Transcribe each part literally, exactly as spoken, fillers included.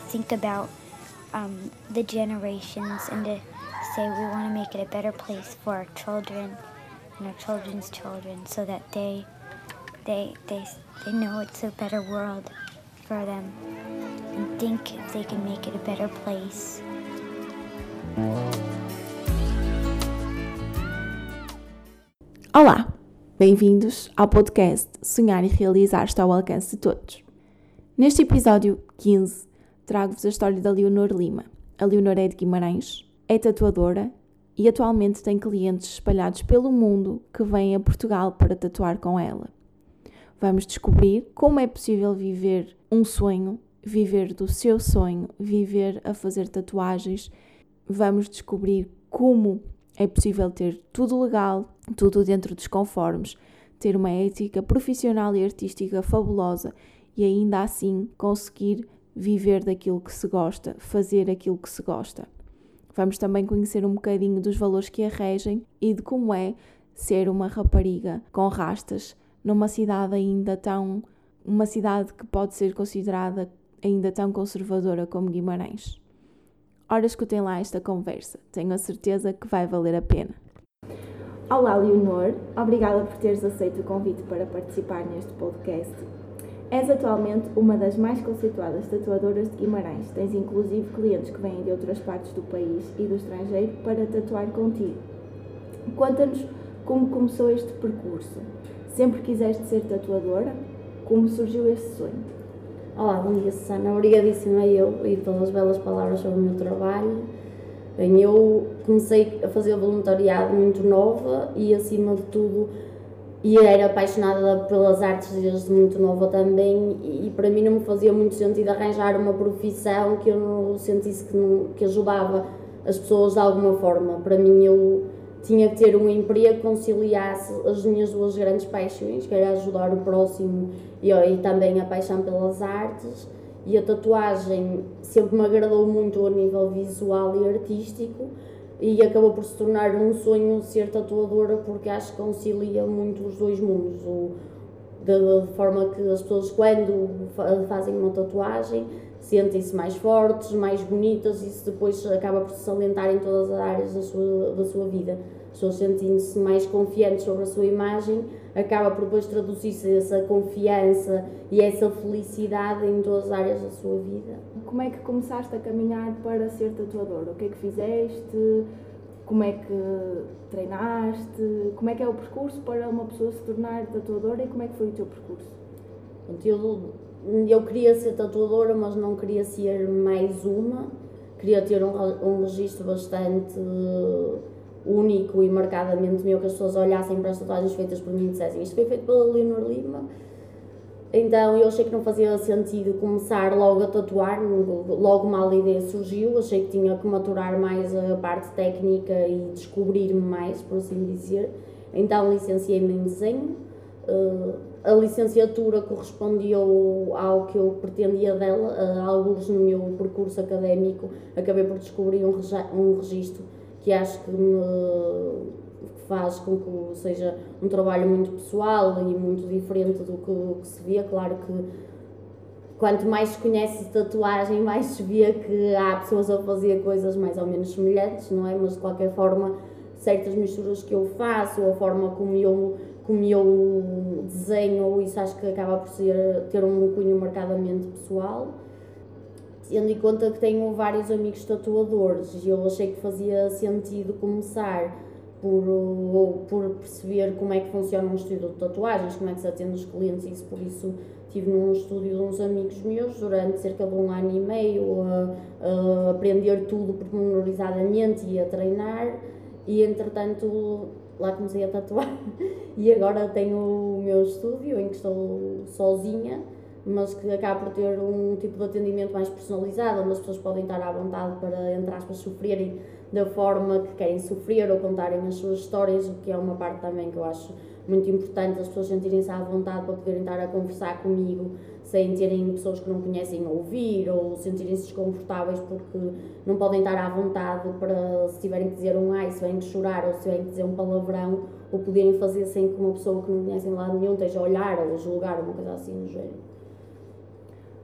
think about um, the generations and to say we want to make it a better place for our children and our children's children, so that they they they they know it's a better world for them and think if they can make it a better place. Olá, bem-vindos ao podcast Sonhar e Realizar está ao alcance de todos. Neste episódio quinze, trago-vos a história da Leonor Lima. A Leonor é de Guimarães, é tatuadora e atualmente tem clientes espalhados pelo mundo que vêm a Portugal para tatuar com ela. Vamos descobrir como é possível viver um sonho, viver do seu sonho, viver a fazer tatuagens. Vamos descobrir como é possível ter tudo legal, tudo dentro dos conformes, ter uma ética profissional e artística fabulosa e ainda assim conseguir viver daquilo que se gosta, fazer aquilo que se gosta. Vamos também conhecer um bocadinho dos valores que a regem e de como é ser uma rapariga com rastas numa cidade ainda tão, uma cidade que pode ser considerada ainda tão conservadora como Guimarães. Ora, escutem lá esta conversa, tenho a certeza que vai valer a pena. Olá, Leonor, obrigada por teres aceito o convite para participar neste podcast. És atualmente uma das mais conceituadas tatuadoras de Guimarães, tens inclusive clientes que vêm de outras partes do país e do estrangeiro para tatuar contigo. Conta-nos como começou este percurso. Sempre quiseste ser tatuadora? Como surgiu este sonho? Olá, bom dia, Susana. Obrigadíssima eu e pelas belas palavras sobre o meu trabalho. Bem, eu comecei a fazer voluntariado muito nova e, acima de tudo, e era apaixonada pelas artes desde muito nova também, e para mim não me fazia muito sentido arranjar uma profissão que eu não sentisse que, não, que ajudava as pessoas de alguma forma. Para mim, eu tinha que ter um emprego que conciliasse as minhas duas grandes paixões, que era ajudar o próximo e, e também a paixão pelas artes. E a tatuagem sempre me agradou muito a nível visual e artístico e acabou por se tornar um sonho ser tatuadora, porque acho que concilia muito os dois mundos, o, de, de forma que as pessoas, quando fazem uma tatuagem, sentem-se mais fortes, mais bonitas, e isso depois acaba por se salientar em todas as áreas da sua, da sua vida. As pessoas sentindo-se mais confiantes sobre a sua imagem, acaba por depois traduzir-se essa confiança e essa felicidade em todas as áreas da sua vida. Como é que começaste a caminhar para ser tatuadora? O que é que fizeste? Como é que treinaste? Como é que é o percurso para uma pessoa se tornar tatuadora e como é que foi o teu percurso? Eu, eu queria ser tatuadora, mas não queria ser mais uma. Queria ter um, um registro bastante único e marcadamente meu, que as pessoas olhassem para as tatuagens feitas por mim e dissessem: isto foi feito pela Leonor Lima. Então eu achei que não fazia sentido começar logo a tatuar, logo mal a ideia surgiu, achei que tinha que maturar mais a parte técnica e descobrir-me mais, por assim dizer. Então licenciei-me em desenho. A licenciatura correspondia ao, ao que eu pretendia dela. Alguns no meu percurso académico acabei por descobrir um, um registro que acho que me faz com que seja um trabalho muito pessoal e muito diferente do que, que se via. Claro que quanto mais se conhece tatuagem, mais se vê que há pessoas a fazer coisas mais ou menos semelhantes, não é? Mas de qualquer forma, certas misturas que eu faço, a forma como eu, como eu desenho, isso acho que acaba por ser, ter um cunho marcadamente pessoal. Tendo em conta que tenho vários amigos tatuadores, eu achei que fazia sentido começar por, por perceber como é que funciona um estúdio de tatuagens, como é que se atende os clientes, e isso, por isso estive num estúdio de uns amigos meus durante cerca de um ano e meio a, a aprender tudo pormenorizadamente e a treinar, e entretanto lá comecei a tatuar e agora tenho o meu estúdio em que estou sozinha, mas que acaba por ter um tipo de atendimento mais personalizado, onde as pessoas podem estar à vontade para, entre aspas, sofrerem da forma que querem sofrer ou contarem as suas histórias, o que é uma parte também que eu acho muito importante, as pessoas sentirem-se à vontade para poderem estar a conversar comigo sem terem pessoas que não conhecem a ouvir, ou sentirem-se desconfortáveis porque não podem estar à vontade para, se tiverem que dizer um ai, se tiverem que chorar ou se tiverem que dizer um palavrão, ou poderem fazer sem que uma pessoa que não conhecem de lado nenhum esteja a olhar ou a julgar, uma coisa assim no género.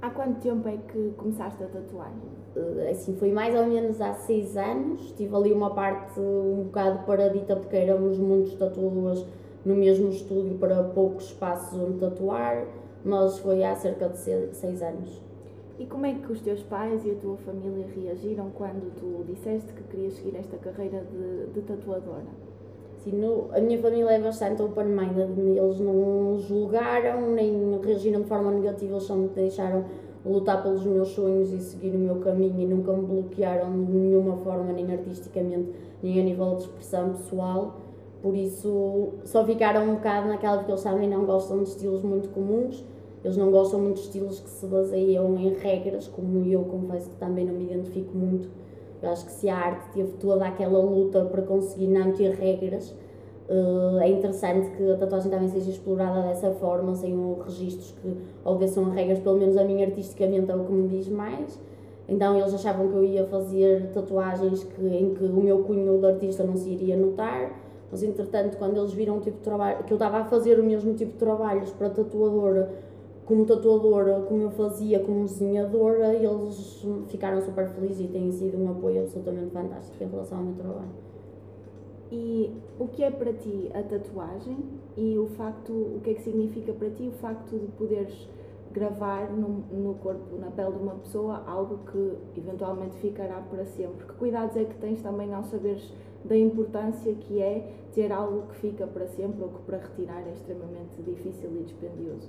Há quanto tempo é que começaste a tatuar? Assim, foi mais ou menos há seis anos. Tive ali uma parte um bocado paradita porque éramos muitos tatuadores no mesmo estúdio para poucos espaços onde tatuar, mas foi há cerca de seis anos. E como é que os teus pais e a tua família reagiram quando tu disseste que querias seguir esta carreira de, de tatuadora? Sim, no, a minha família é bastante open-minded, eles não julgaram nem reagiram de forma negativa, eles só me deixaram lutar pelos meus sonhos e seguir o meu caminho e nunca me bloquearam de nenhuma forma, nem artisticamente, nem a nível de expressão pessoal. Por isso, só ficaram um bocado naquela porque eles também não gostam de estilos muito comuns, eles não gostam muito de estilos que se baseiam em regras, como eu confesso que também não me identifico muito. Eu acho que se a arte teve toda aquela luta para conseguir não ter regras, é interessante que a tatuagem também seja explorada dessa forma, sem registros que obedeçam a regras, pelo menos a mim artisticamente é o que me diz mais. Então eles achavam que eu ia fazer tatuagens que, em que o meu cunho de artista não se iria notar, mas entretanto quando eles viram o tipo de trabalho, que eu estava a fazer o mesmo tipo de trabalhos para tatuadora, como tatuadora, como eu fazia como desenhadora, eles ficaram super felizes e têm sido um apoio absolutamente fantástico em relação ao meu trabalho. E o que é para ti a tatuagem e o facto, o que é que significa para ti o facto de poderes gravar no, no corpo, na pele de uma pessoa, algo que eventualmente ficará para sempre? Que cuidados é que tens também ao saberes da importância que é ter algo que fica para sempre ou que para retirar é extremamente difícil e dispendioso?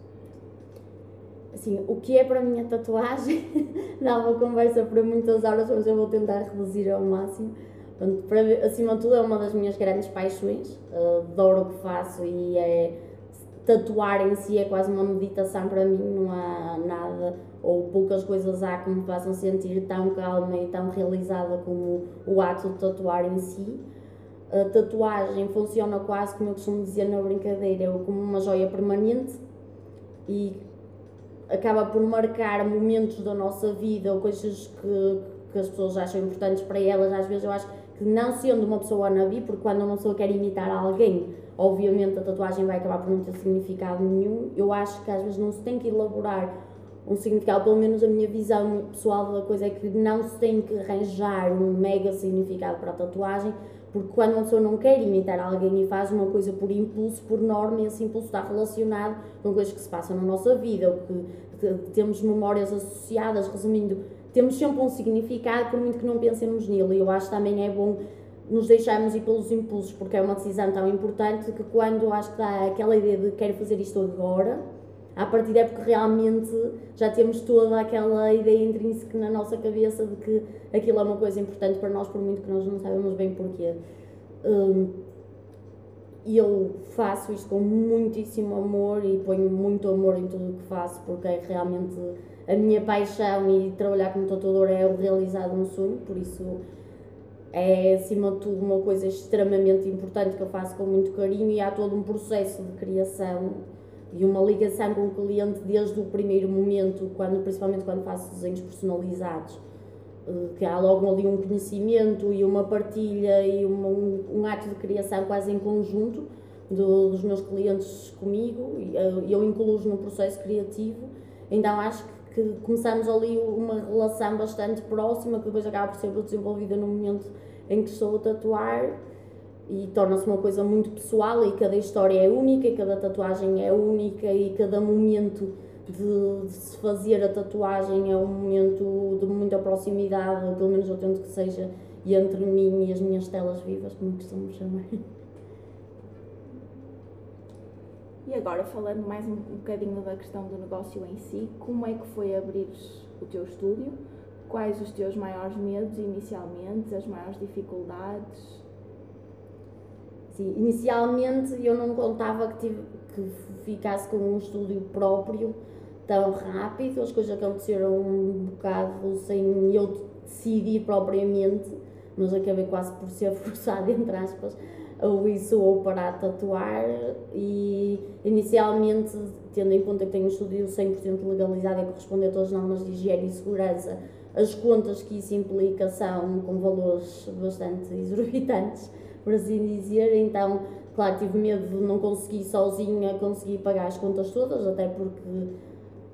Assim, o que é para mim a tatuagem dá uma conversa para muitas horas, mas eu vou tentar reduzir ao máximo. Portanto, para, acima de tudo é uma das minhas grandes paixões, adoro o que faço e é, tatuar em si é quase uma meditação para mim, não há nada ou poucas coisas há que me façam sentir tão calma e tão realizada como o ato de tatuar em si. A tatuagem funciona quase, como eu costumo dizer na brincadeira, como uma joia permanente e acaba por marcar momentos da nossa vida ou coisas que, que as pessoas acham importantes para elas. Às vezes eu acho que não sendo uma pessoa wannabe, porque quando uma pessoa quer imitar alguém, obviamente a tatuagem vai acabar por não ter significado nenhum, eu acho que às vezes não se tem que elaborar um significado, pelo menos a minha visão pessoal da coisa é que não se tem que arranjar um mega significado para a tatuagem, porque quando uma pessoa não quer imitar alguém e faz uma coisa por impulso, por norma, esse impulso está relacionado com coisas que se passam na nossa vida, ou que temos memórias associadas, resumindo, temos sempre um significado, por muito que não pensemos nele, e eu acho que também é bom nos deixarmos ir pelos impulsos, porque é uma decisão tão importante que quando eu acho que dá aquela ideia de quero fazer isto agora, a partir é porque realmente já temos toda aquela ideia intrínseca na nossa cabeça de que aquilo é uma coisa importante para nós, por muito que nós não sabemos bem porquê. E eu faço isto com muitíssimo amor e ponho muito amor em tudo o que faço, porque é realmente a minha paixão e trabalhar como tatuadora é o realizar um sonho, por isso é acima de tudo uma coisa extremamente importante que eu faço com muito carinho e há todo um processo de criação e uma ligação com o cliente desde o primeiro momento, quando, principalmente quando faço desenhos personalizados, que há logo ali um conhecimento e uma partilha e uma, um, um ato de criação quase em conjunto do, dos meus clientes comigo e eu, eu incluo-os no processo criativo, então acho que, que começamos ali uma relação bastante próxima que depois acaba por ser desenvolvida no momento em que estou a tatuar e torna-se uma coisa muito pessoal e cada história é única e cada tatuagem é única e cada momento de, de se fazer a tatuagem é um momento de muita proximidade, ou pelo menos eu tento que seja entre mim e as minhas telas vivas, como costumo chamar. E agora, falando mais um, um bocadinho da questão do negócio em si, como é que foi abrir o teu estúdio? Quais os teus maiores medos inicialmente, as maiores dificuldades? Sim, inicialmente eu não contava que, tive, que ficasse com um estúdio próprio tão rápido, as coisas aconteceram um bocado sem eu decidir propriamente, mas acabei quase por ser forçada, entre aspas, ou isso ou para tatuar e inicialmente, tendo em conta que tenho um estúdio cem por cento legalizado e corresponde a todas as normas de higiene e segurança, as contas que isso implica são com valores bastante exorbitantes, por assim dizer, então, claro, tive medo de não conseguir sozinha conseguir pagar as contas todas, até porque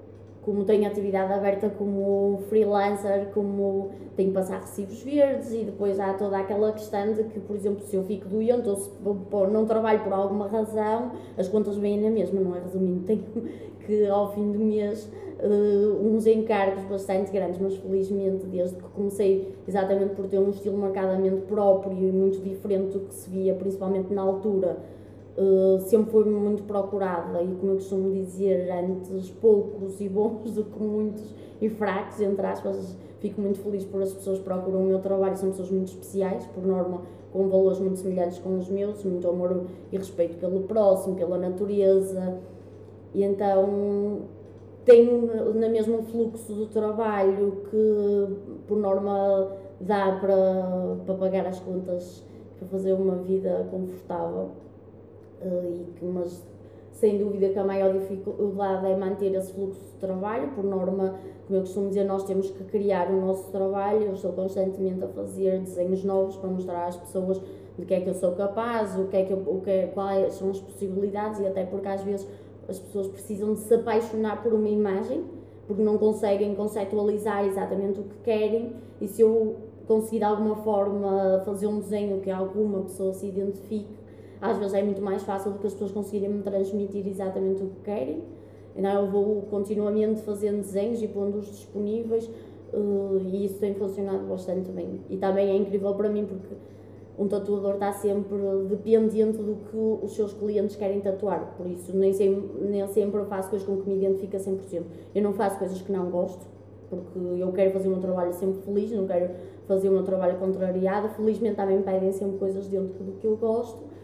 como tenho atividade aberta como freelancer, como tenho que passar recibos verdes e depois há toda aquela questão de que, por exemplo, se eu fico doente ou se não trabalho por alguma razão, as contas vêm na mesma, não é? Resumindo, tenho que ao fim do mês uh, uns encargos bastante grandes, mas felizmente desde que comecei, exatamente por ter um estilo marcadamente próprio e muito diferente do que se via, principalmente na altura, Uh, sempre foi muito procurada e, como eu costumo dizer, antes poucos e bons do que muitos e fracos, entre aspas. Fico muito feliz por as pessoas que procuram o meu trabalho, são pessoas muito especiais, por norma com valores muito semelhantes com os meus, muito amor e respeito pelo próximo, pela natureza, e então tenho na mesma um fluxo do trabalho que por norma dá para, para pagar as contas, para fazer uma vida confortável. Uh, e que, mas sem dúvida que a maior dificuldade é manter esse fluxo de trabalho. Por norma, como eu costumo dizer, nós temos que criar o nosso trabalho. Eu estou constantemente a fazer desenhos novos para mostrar às pessoas de que é que eu sou capaz, o que é que eu, o que é, quais são as possibilidades, e até porque às vezes as pessoas precisam de se apaixonar por uma imagem, porque não conseguem conceptualizar exatamente o que querem, e se eu conseguir de alguma forma fazer um desenho que alguma pessoa se identifique, às vezes é muito mais fácil do que as pessoas conseguirem me transmitir exatamente o que querem. Então eu vou continuamente fazendo desenhos e pondo-os disponíveis, uh, e isso tem funcionado bastante bem. E também é incrível para mim porque um tatuador está sempre dependente do que os seus clientes querem tatuar, por isso nem sempre, nem sempre eu faço coisas com que me identifico a cem por cento. Eu não faço coisas que não gosto, porque eu quero fazer o meu trabalho sempre feliz, não quero fazer o meu trabalho contrariado. Felizmente também me pedem sempre coisas dentro do que eu gosto.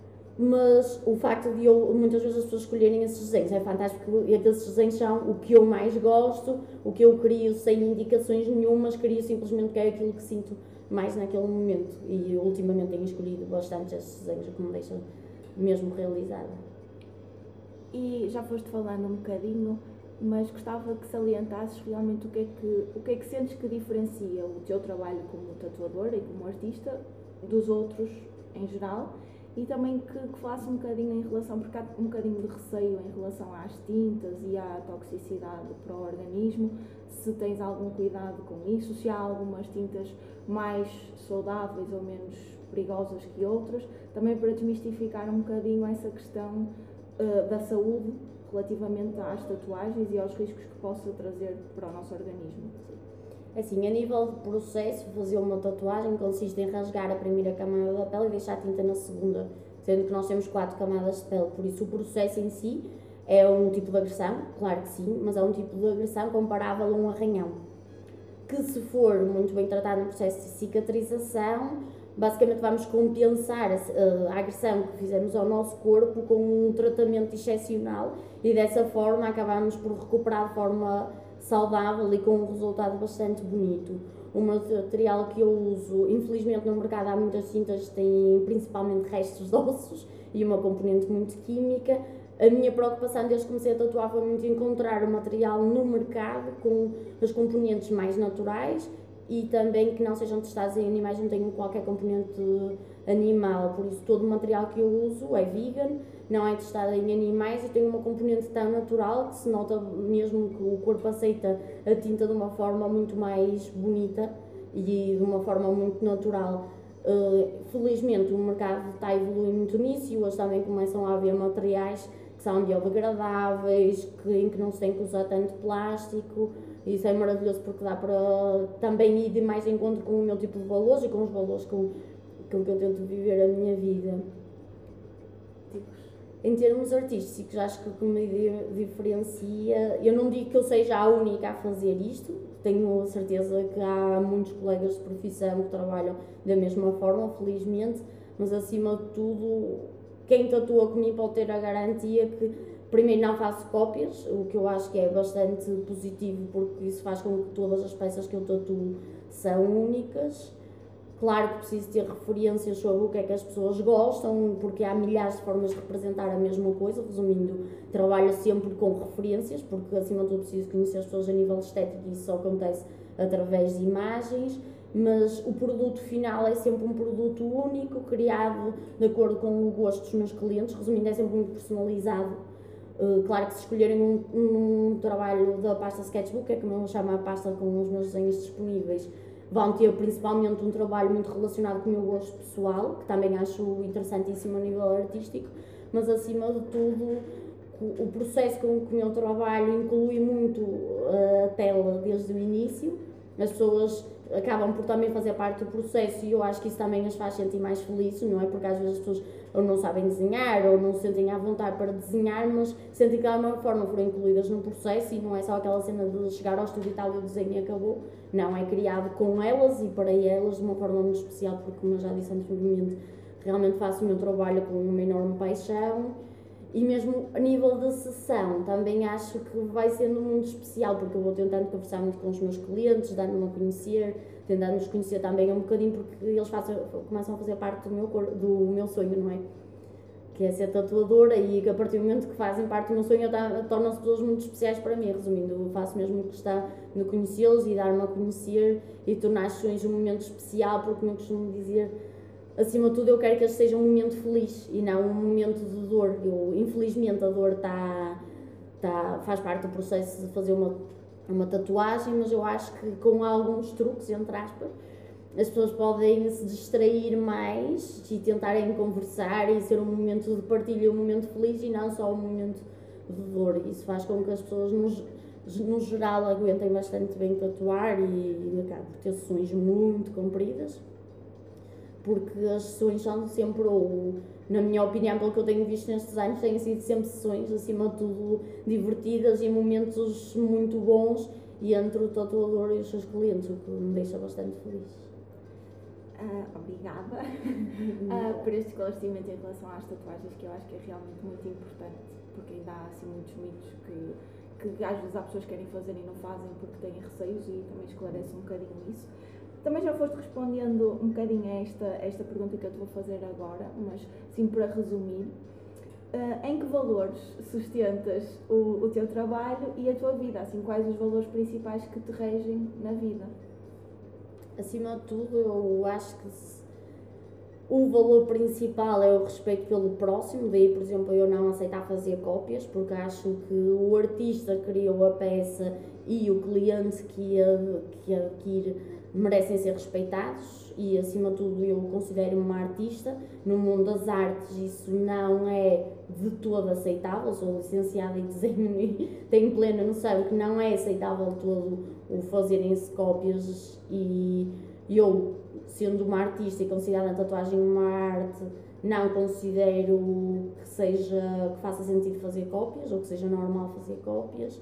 Mas o facto de eu, muitas vezes as pessoas escolherem esses desenhos é fantástico, porque aqueles desenhos são o que eu mais gosto, o que eu crio sem indicações nenhumas, crio simplesmente que é aquilo que sinto mais naquele momento, e ultimamente tenho escolhido bastante esses desenhos, o que me deixa mesmo realizada. E já foste falando um bocadinho, mas gostava que salientasses realmente o que é que, o que é que sentes que diferencia o teu trabalho como tatuadora e como artista dos outros em geral. E também que, que falasse um bocadinho em relação, porque há um bocadinho de receio em relação às tintas e à toxicidade para o organismo, se tens algum cuidado com isso, se há algumas tintas mais saudáveis ou menos perigosas que outras, também para desmistificar um bocadinho essa questão uh, da saúde relativamente às tatuagens e aos riscos que possa trazer para o nosso organismo. Assim, a nível de processo, fazer uma tatuagem consiste em rasgar a primeira camada da pele e deixar a tinta na segunda, sendo que nós temos quatro camadas de pele, por isso o processo em si é um tipo de agressão, claro que sim, mas é um tipo de agressão comparável a um arranhão, que se for muito bem tratado no processo de cicatrização, basicamente vamos compensar a, a agressão que fizemos ao nosso corpo com um tratamento excepcional e dessa forma acabamos por recuperar de forma saudável e com um resultado bastante bonito. O material que eu uso, infelizmente no mercado há muitas tintas que têm principalmente restos de ossos e uma componente muito química. A minha preocupação desde que comecei a tatuar foi muito encontrar o material no mercado com as componentes mais naturais e também que não sejam testados em animais, não tenham qualquer componente animal, por isso todo o material que eu uso é vegan, não é testado em animais e tem uma componente tão natural que se nota mesmo que o corpo aceita a tinta de uma forma muito mais bonita e de uma forma muito natural. Uh, felizmente o mercado está a evoluir muito nisso e hoje também começam a haver materiais que são biodegradáveis, que, em que não se tem que usar tanto plástico. Isso é maravilhoso porque dá para também ir mais em encontro com o meu tipo de valores e com os valores com, com que eu tento viver a minha vida. Em termos artísticos, acho que o que me diferencia, eu não digo que eu seja a única a fazer isto, tenho certeza que há muitos colegas de profissão que trabalham da mesma forma, felizmente, mas acima de tudo, quem tatua comigo pode ter a garantia que primeiro não faço cópias, o que eu acho que é bastante positivo porque isso faz com que todas as peças que eu tatuo são únicas. Claro que preciso ter referências sobre o que é que as pessoas gostam, porque há milhares de formas de representar a mesma coisa. Resumindo, trabalho sempre com referências, porque acima de tudo preciso conhecer as pessoas a nível estético e isso só acontece através de imagens. Mas o produto final é sempre um produto único, criado de acordo com o gosto dos meus clientes. Resumindo, é sempre muito personalizado. Uh, claro que se escolherem um, um trabalho da pasta Sketchbook, é como eu chamo a pasta com os meus desenhos disponíveis, vão ter principalmente um trabalho muito relacionado com o meu gosto pessoal, que também acho interessantíssimo a nível artístico, mas acima de tudo o processo com que o meu trabalho inclui muito a tela desde o início. As pessoas acabam por também fazer parte do processo e eu acho que isso também as faz sentir mais felizes, não é? Porque às vezes as pessoas ou não sabem desenhar ou não se sentem à vontade para desenhar, mas sentem que de alguma forma foram incluídas no processo e não é só aquela cena de chegar ao estúdio e tal e o desenho e acabou. Não, é criado com elas e para elas de uma forma muito especial, porque como eu já disse anteriormente, realmente faço o meu trabalho com uma enorme paixão. E mesmo a nível de sessão, também acho que vai sendo muito especial, porque eu vou tentando conversar muito com os meus clientes, dando-me a conhecer, tentando-os conhecer também um bocadinho, porque eles façam, começam a fazer parte do meu, do meu sonho, não é? Que é ser tatuadora e que a partir do momento que fazem parte do meu sonho tornam-se pessoas muito especiais para mim. Resumindo, eu faço mesmo questão de conhecê-los e dar-me a conhecer e tornar os sonhos um momento especial, porque como eu costumo dizer, acima de tudo eu quero que este seja um momento feliz e não um momento de dor. Eu, infelizmente a dor tá, tá, faz parte do processo de fazer uma, uma tatuagem, mas eu acho que com alguns truques, entre aspas, as pessoas podem se distrair mais e tentarem conversar e ser um momento de partilha, um momento feliz e não só um momento de dor. Isso faz com que as pessoas, no, no geral, aguentem bastante bem tatuar e, e acabam por ter sessões muito compridas, porque as sessões são sempre, ou na minha opinião, pelo que eu tenho visto nestes anos, têm sido sempre sessões, acima de tudo, divertidas e momentos muito bons e entre o tatuador e os seus clientes, o que me deixa bastante feliz. Uh, obrigada uh, por este esclarecimento em relação às tatuagens, que eu acho que é realmente muito importante, porque ainda há assim muitos mitos que, que às vezes há pessoas que querem fazer e não fazem porque têm receios, e também esclarece um bocadinho isso. Também já foste respondendo um bocadinho a esta, a esta pergunta que eu te vou fazer agora, mas sim para resumir. Uh, em que valores sustentas o, o teu trabalho e a tua vida? Assim, quais os valores principais que te regem na vida? Acima de tudo, eu acho que o valor principal é o respeito pelo próximo, daí, por exemplo, eu não aceitar fazer cópias, porque acho que o artista que criou a peça e o cliente que a, que a adquire merecem ser respeitados e, acima de tudo, eu considero-me uma artista. No mundo das artes isso não é de todo aceitável, sou licenciada em desenho e tenho plena noção que não é aceitável de todo o fazerem-se cópias e eu, sendo uma artista e considerando a tatuagem uma arte, não considero que seja, que faça sentido fazer cópias ou que seja normal fazer cópias.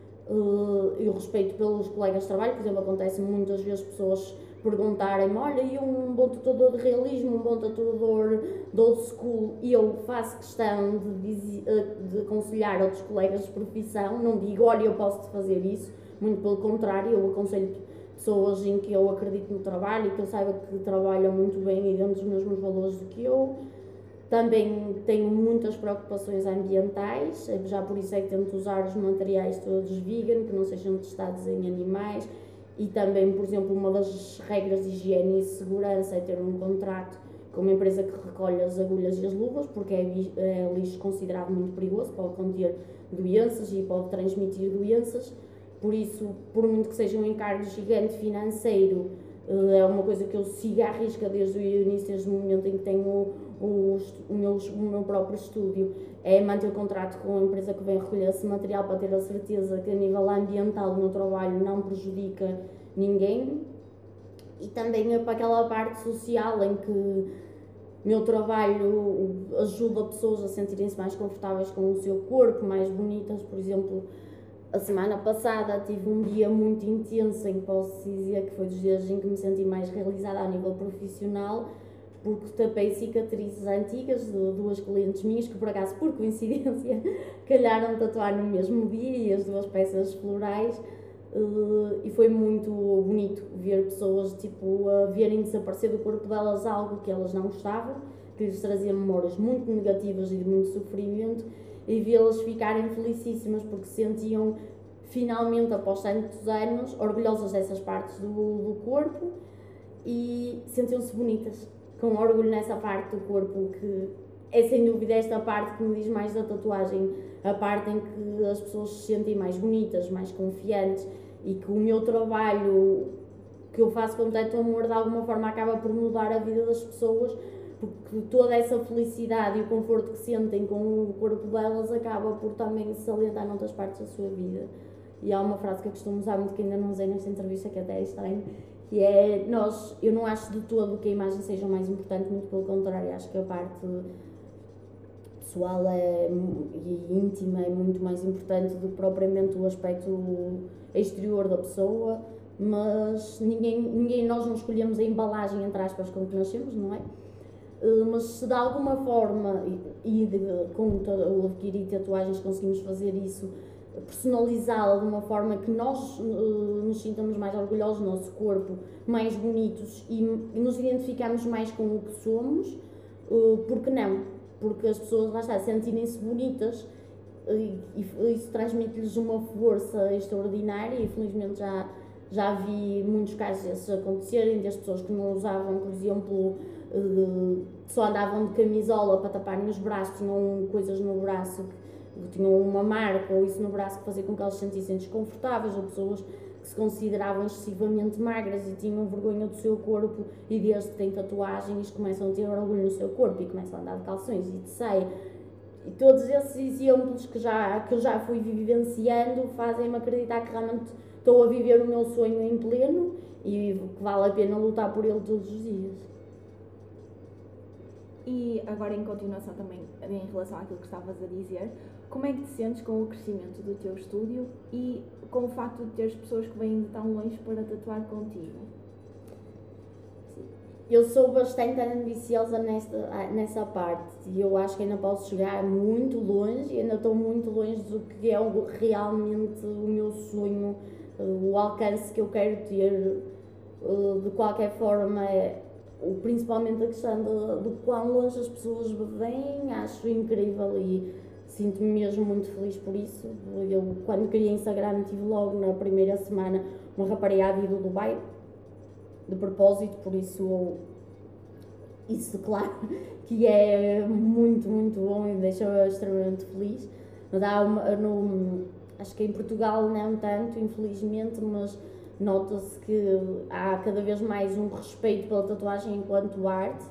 Uh, eu respeito pelos colegas de trabalho, por exemplo, acontece muitas vezes pessoas perguntarem-me, olha, e um bom tatuador de realismo, um bom tatuador de old school, e eu faço questão de, dizer, de aconselhar outros colegas de profissão, não digo, olha, eu posso fazer isso, muito pelo contrário, eu aconselho pessoas em que eu acredito no trabalho e que eu saiba que trabalham muito bem e dentro dos mesmos valores do que eu. Também tenho muitas preocupações ambientais, já por isso é que tento usar os materiais todos vegan, que não sejam testados em animais, e também, por exemplo, uma das regras de higiene e segurança é ter um contrato com uma empresa que recolhe as agulhas e as luvas, porque é, é lixo considerado muito perigoso, pode conter doenças e pode transmitir doenças. Por isso, por muito que seja um encargo gigante financeiro, é uma coisa que eu sigo à risca desde o início, desde o momento em que tenho o, o, o, meu, o meu próprio estúdio, é manter o contrato com a empresa que vem recolher esse material para ter a certeza que a nível ambiental o meu trabalho não prejudica ninguém. E também é para aquela parte social em que o meu trabalho ajuda pessoas a sentirem-se mais confortáveis com o seu corpo, mais bonitas. Por exemplo, a semana passada tive um dia muito intenso em que posso dizer que foi dos dias em que me senti mais realizada a nível profissional, porque tapei cicatrizes antigas de duas clientes minhas que, por acaso, por coincidência, calharam tatuar no mesmo dia, e as duas peças florais, e foi muito bonito ver pessoas tipo, a verem desaparecer do corpo delas algo que elas não gostavam, que lhes trazia memórias muito negativas e de muito sofrimento, e vê-las ficarem felicíssimas porque se sentiam finalmente, após tantos anos, orgulhosas dessas partes do, do corpo e sentiam-se bonitas, com orgulho nessa parte do corpo que é sem dúvida esta parte que me diz mais da tatuagem, a parte em que as pessoas se sentem mais bonitas, mais confiantes e que o meu trabalho que eu faço com tanto amor de alguma forma acaba por mudar a vida das pessoas, porque toda essa felicidade e o conforto que sentem com o corpo delas acaba por também se salientar noutras partes da sua vida. E há uma frase que eu costumo usar muito, que ainda não usei nesta entrevista, que até é estranho, que é, nós, eu não acho de todo que a imagem seja o mais importante, muito pelo contrário, acho que a parte pessoal é, e íntima é muito mais importante do que propriamente o aspecto exterior da pessoa, mas ninguém, ninguém nós não escolhemos a embalagem, entre aspas, com que nascemos, não é? Mas se de alguma forma, e de, com o adquirir tatuagens conseguimos fazer isso, personalizá-la de uma forma que nós uh, nos sintamos mais orgulhosos do nosso corpo, mais bonitos e, e nos identificamos mais com o que somos, uh, porque não? Porque as pessoas, lá está, sentirem-se bonitas uh, e, e isso transmite-lhes uma força extraordinária e felizmente já, já vi muitos casos desses acontecerem, das pessoas que não usavam, por exemplo, uh, só andavam de camisola para taparem os braços, tinham coisas no braço tinham uma marca ou isso no braço que fazia com que elas se sentissem desconfortáveis, ou pessoas que se consideravam excessivamente magras e tinham vergonha do seu corpo e desde que têm tatuagens começam a ter orgulho no seu corpo e começam a andar de calções e de saia. E todos esses exemplos que, já, que eu já fui vivenciando fazem-me acreditar que realmente estou a viver o meu sonho em pleno e que vale a pena lutar por ele todos os dias. E agora, em continuação também em relação àquilo que estavas a dizer, como é que te sentes com o crescimento do teu estúdio e com o facto de teres pessoas que vêm de tão longe para tatuar contigo? Eu sou bastante ambiciosa nesta, nessa parte e eu acho que ainda posso chegar muito longe e ainda estou muito longe do que é realmente o meu sonho, o alcance que eu quero ter. De qualquer forma, principalmente a questão de, de quão longe as pessoas vêm, acho incrível e sinto-me mesmo muito feliz por isso. Eu, quando criei Instagram, tive logo na primeira semana uma rapariga a vir do Dubai, de propósito, por isso, isso claro, que é muito, muito bom e me deixa extremamente feliz. Mas há uma, no, acho que em Portugal não tanto, infelizmente, mas nota-se que há cada vez mais um respeito pela tatuagem enquanto arte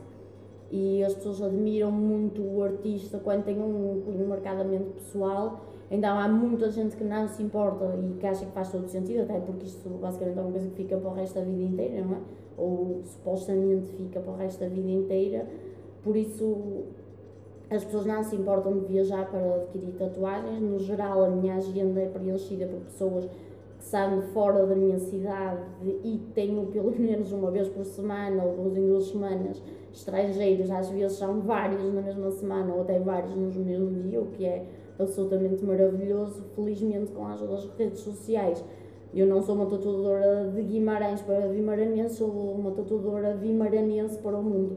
e as pessoas admiram muito o artista quando tem um cunho marcadamente pessoal. Ainda há muita gente que não se importa e que acha que faz todo sentido, até porque isto basicamente é uma coisa que fica para o resto da vida inteira, não é? Ou supostamente fica para o resto da vida inteira, por isso as pessoas não se importam de viajar para adquirir tatuagens. No geral, a minha agenda é preenchida por pessoas que saem fora da minha cidade e tenho pelo menos uma vez por semana ou duas em duas semanas estrangeiros, às vezes são vários na mesma semana ou até vários no mesmo dia, o que é absolutamente maravilhoso, felizmente com a ajuda das redes sociais. Eu não sou uma tatuadora de Guimarães para Vimaranense, sou uma tatuadora vimaranense para o mundo.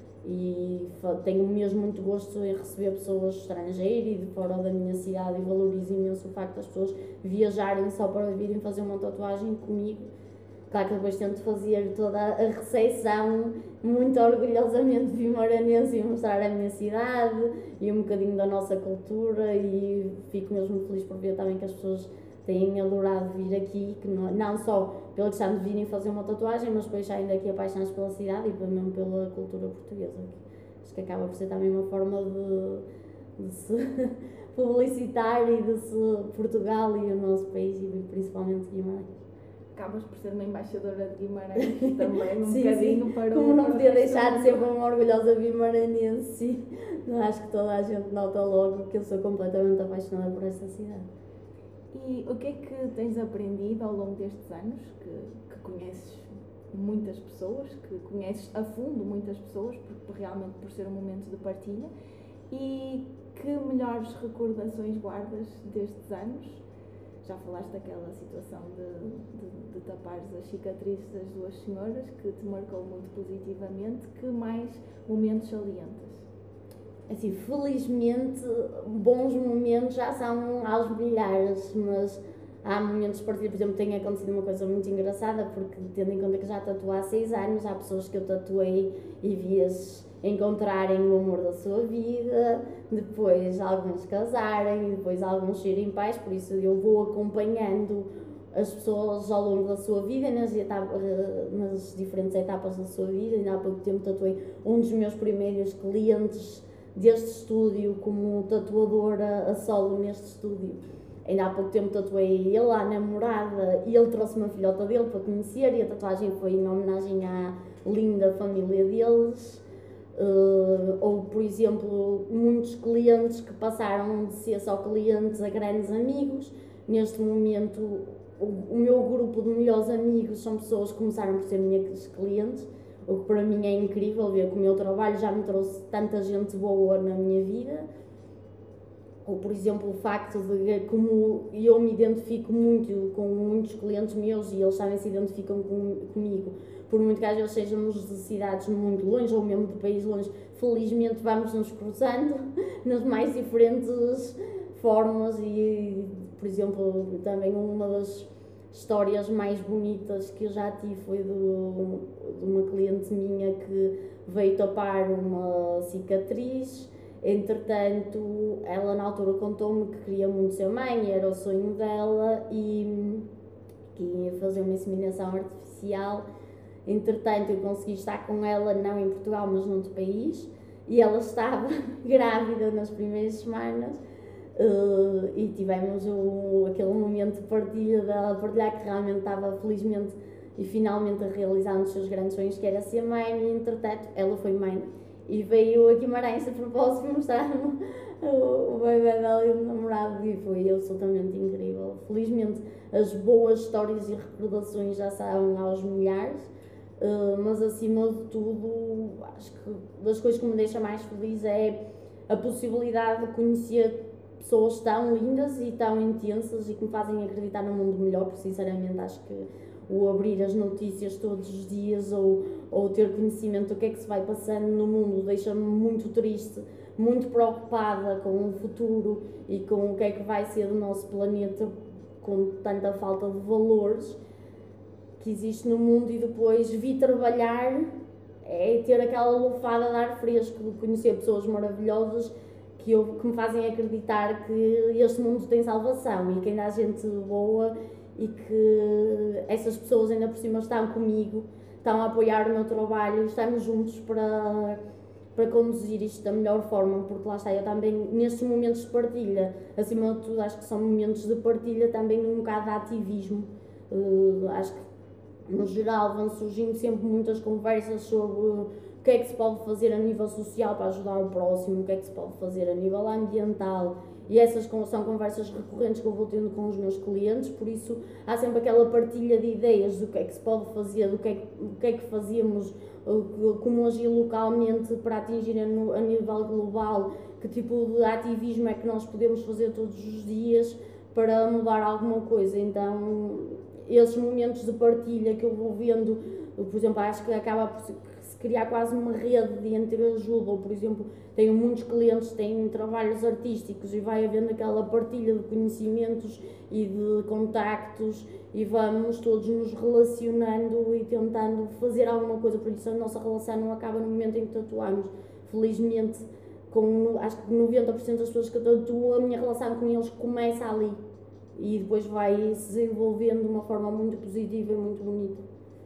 E tenho mesmo muito gosto em receber pessoas estrangeiras e de fora da minha cidade e valorizo imenso o facto das pessoas viajarem só para virem fazer uma tatuagem comigo. Claro que depois tento fazer toda a recepção muito orgulhosamente vimaranense e mostrar a minha cidade e um bocadinho da nossa cultura e fico mesmo feliz por ver também que as pessoas têm adorado vir aqui, que não, não só pela questão de virem fazer uma tatuagem, mas depois saem daqui apaixonados pela cidade e mesmo pela cultura portuguesa. Acho que acaba por ser também uma forma de, de se publicitar e de se Portugal e o nosso país e principalmente Guimarães. Acabas por ser uma embaixadora de Guimarães também, um sim, bocadinho sim. para Como o... não podia deixar de ser uma orgulhosa vimaranense, não acho que toda a gente nota logo que eu sou completamente apaixonada por esta cidade. E o que é que tens aprendido ao longo destes anos, que, que conheces muitas pessoas, que conheces a fundo muitas pessoas, porque realmente por ser um momento de partilha, e que melhores recordações guardas destes anos? Já falaste daquela situação de, de, de tapares as cicatrizes das duas senhoras, que te marcou muito positivamente. Que mais momentos salientas? Assim, felizmente, bons momentos já são aos milhares, mas há momentos de partilha. Por exemplo, tem acontecido uma coisa muito engraçada, porque tendo em conta que já tatuo há seis anos, há pessoas que eu tatuei e vi-as encontrarem o amor da sua vida, depois alguns casarem, depois alguns serem pais, por isso eu vou acompanhando as pessoas ao longo da sua vida, nas, etapas, nas diferentes etapas da sua vida. Ainda há pouco tempo tatuei um dos meus primeiros clientes deste estúdio como tatuadora a solo neste estúdio. Ainda há pouco tempo tatuei ele, a namorada, e ele trouxe uma filhota dele para conhecer, e a tatuagem foi em homenagem à linda família deles. Uh, ou, por exemplo, muitos clientes que passaram de ser só clientes a grandes amigos. Neste momento, o, o meu grupo de melhores amigos são pessoas que começaram por ser minhas clientes, o que para mim é incrível ver que o meu trabalho já me trouxe tanta gente boa na minha vida. Ou, por exemplo, o facto de como eu me identifico muito com muitos clientes meus e eles também se identificam com, comigo, por muito que às vezes sejamos de cidades muito longe ou mesmo de países longe, felizmente vamos nos cruzando nas mais diferentes formas. E, por exemplo, também uma das histórias mais bonitas que eu já tive foi do, de uma cliente minha que veio tapar uma cicatriz. Entretanto, ela na altura contou-me que queria muito ser mãe, era o sonho dela, e que ia fazer uma inseminação artificial. Entretanto, eu consegui estar com ela, não em Portugal, mas noutro país, e ela estava grávida nas primeiras semanas, uh, e tivemos o, aquele momento de partilha dela, partilhar que realmente estava felizmente e finalmente a realizar um dos seus grandes sonhos, que era ser mãe, e entretanto, ela foi mãe. E veio a Guimarães a propósito mostrar-me o, o bebê dela e o namorado, e foi absolutamente incrível. Felizmente as boas histórias e recordações já são aos milhares, uh, mas acima de tudo, acho que das coisas que me deixa mais feliz é a possibilidade de conhecer pessoas tão lindas e tão intensas e que me fazem acreditar num mundo melhor, porque sinceramente acho que o abrir as notícias todos os dias ou, ou ter conhecimento do que é que se vai passando no mundo deixa-me muito triste, muito preocupada com o futuro e com o que é que vai ser do nosso planeta, com tanta falta de valores que existe no mundo. E depois vi trabalhar, é ter aquela lufada de ar fresco, de conhecer pessoas maravilhosas que, eu, que me fazem acreditar que este mundo tem salvação e que ainda há gente boa, e que essas pessoas ainda por cima estão comigo, estão a apoiar o meu trabalho, estamos juntos para, para conduzir isto da melhor forma, porque lá está, eu também nestes momentos de partilha, acima de tudo acho que são momentos de partilha também um bocado de ativismo. Uh, acho que no geral vão surgindo sempre muitas conversas sobre o que é que se pode fazer a nível social para ajudar o próximo, o que é que se pode fazer a nível ambiental. E essas são conversas recorrentes que eu vou tendo com os meus clientes, por isso há sempre aquela partilha de ideias do que é que se pode fazer, do que é que, do que, é que fazemos, como agir localmente para atingir a nível global, que tipo de ativismo é que nós podemos fazer todos os dias para mudar alguma coisa. Então, esses momentos de partilha que eu vou vendo, por exemplo, acho que acaba por se criar quase uma rede de entreajuda, ou por exemplo, tenho muitos clientes que têm trabalhos artísticos e vai havendo aquela partilha de conhecimentos e de contactos e vamos todos nos relacionando e tentando fazer alguma coisa. Por isso a nossa relação não acaba no momento em que tatuamos. Felizmente, com, acho que noventa por cento das pessoas que eu tatuo, a minha relação com eles começa ali e depois vai se desenvolvendo de uma forma muito positiva e muito bonita.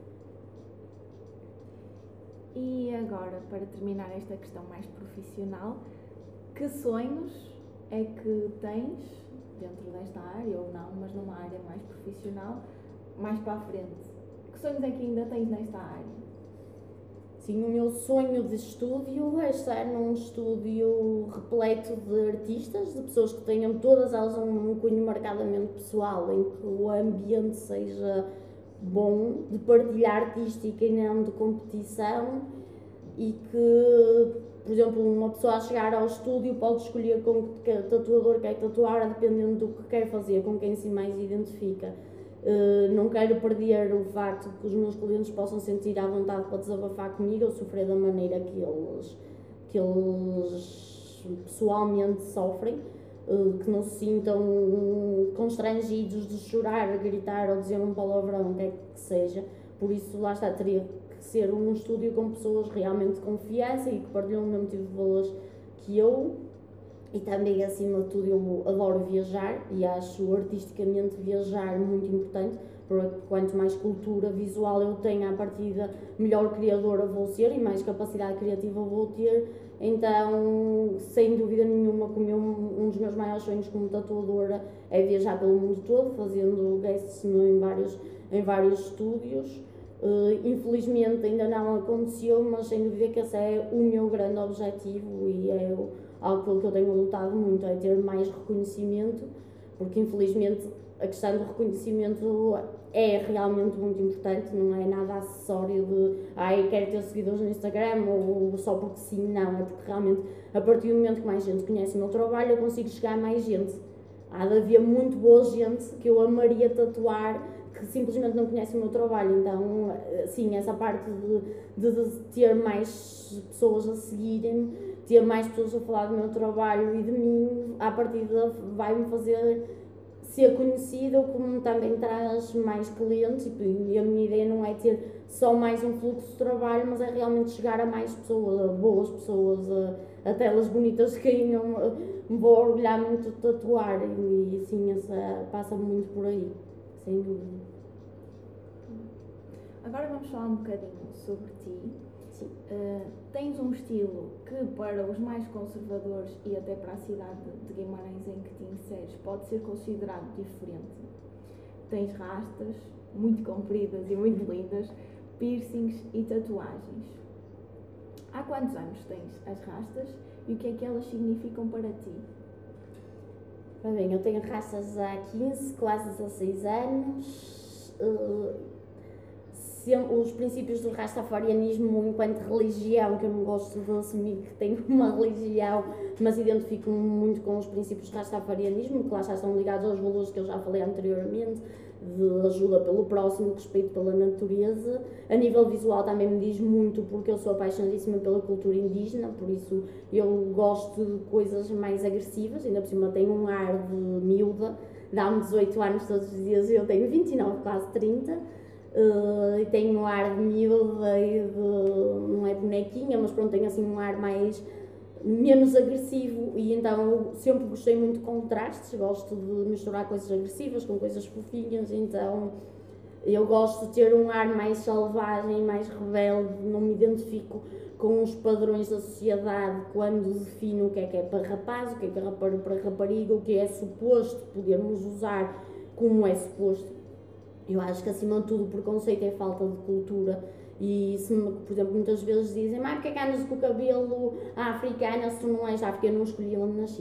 E agora, para terminar esta questão mais profissional, que sonhos é que tens dentro desta área, ou não, mas numa área mais profissional, mais para a frente? Que sonhos é que ainda tens nesta área? Sim, o meu sonho de estúdio é estar num estúdio repleto de artistas, de pessoas que tenham todas elas um cunho marcadamente pessoal, em que o ambiente seja bom, de partilha artística e não de competição, e que, por exemplo, uma pessoa a chegar ao estúdio pode escolher com que tatuador quer tatuar, dependendo do que quer fazer, com quem se mais identifica. Uh, não quero perder o facto de que os meus clientes possam sentir à vontade para desabafar comigo ou sofrer da maneira que eles, que eles pessoalmente sofrem. Que não se sintam constrangidos de chorar, gritar ou dizer um palavrão, o que é que seja. Por isso, lá está, teria que ser um estúdio com pessoas realmente de confiança e que partilham o mesmo tipo de valores que eu. E também, acima de tudo, eu adoro viajar e acho artisticamente viajar muito importante, porque quanto mais cultura visual eu tenho à partida, melhor criadora vou ser e mais capacidade criativa vou ter. Então, sem dúvida nenhuma, que um, um dos meus maiores sonhos como tatuadora é viajar pelo mundo todo, fazendo guests em vários, em vários estúdios. Uh, infelizmente ainda não aconteceu, mas sem dúvida que esse é o meu grande objetivo e é o, algo pelo que eu tenho lutado muito, é ter mais reconhecimento, porque infelizmente a questão do reconhecimento é realmente muito importante, não é nada acessório de ai, quero ter seguidores no Instagram ou só porque sim, não, é porque realmente a partir do momento que mais gente conhece o meu trabalho eu consigo chegar a mais gente. Há de haver muito boa gente que eu amaria tatuar que simplesmente não conhece o meu trabalho, então sim, essa parte de, de, de ter mais pessoas a seguirem, ter mais pessoas a falar do meu trabalho e de mim, à partida vai-me fazer ser conhecida, como também traz mais clientes e a minha ideia não é ter só mais um fluxo de trabalho, mas é realmente chegar a mais pessoas, a boas pessoas, a, a telas bonitas que ainda me vou orgulhar muito de tatuar e, e sim, essa, passa muito por aí, sem dúvida. Agora vamos falar um bocadinho sobre ti. Sim. Uh, tens um estilo que para os mais conservadores e até para a cidade de Guimarães em que te inseres pode ser considerado diferente. Tens rastas muito compridas e muito lindas, piercings e tatuagens. Há quantos anos tens as rastas e o que é que elas significam para ti? Ora bem, eu tenho rastas há quinze, quase dezasseis anos. Uh, os princípios do rastafarianismo enquanto religião, que eu não gosto de assumir que tenho uma religião, mas identifico-me muito com os princípios do rastafarianismo, que lá já estão ligados aos valores que eu já falei anteriormente, de ajuda pelo próximo, respeito pela natureza. A nível visual também me diz muito, porque eu sou apaixonadíssima pela cultura indígena, por isso eu gosto de coisas mais agressivas, ainda por cima tenho um ar de miúda, dá-me dezoito anos todos os dias, eu tenho vinte e nove, quase trinta. Uh, e tenho um ar de miúda e de, não é bonequinha, mas pronto, tenho assim um ar mais, menos agressivo e então eu sempre gostei muito de contrastes, gosto de misturar coisas agressivas com coisas fofinhas, então eu gosto de ter um ar mais selvagem, mais rebelde, não me identifico com os padrões da sociedade quando defino o que é que é para rapaz, o que é que é para rapariga, o que é suposto podermos usar como é suposto. Eu acho que, acima de tudo, o preconceito é falta de cultura e, se, por exemplo, muitas vezes dizem mas porque é que andas com o cabelo africano se tu não és africano? Eu não escolhi onde nasci.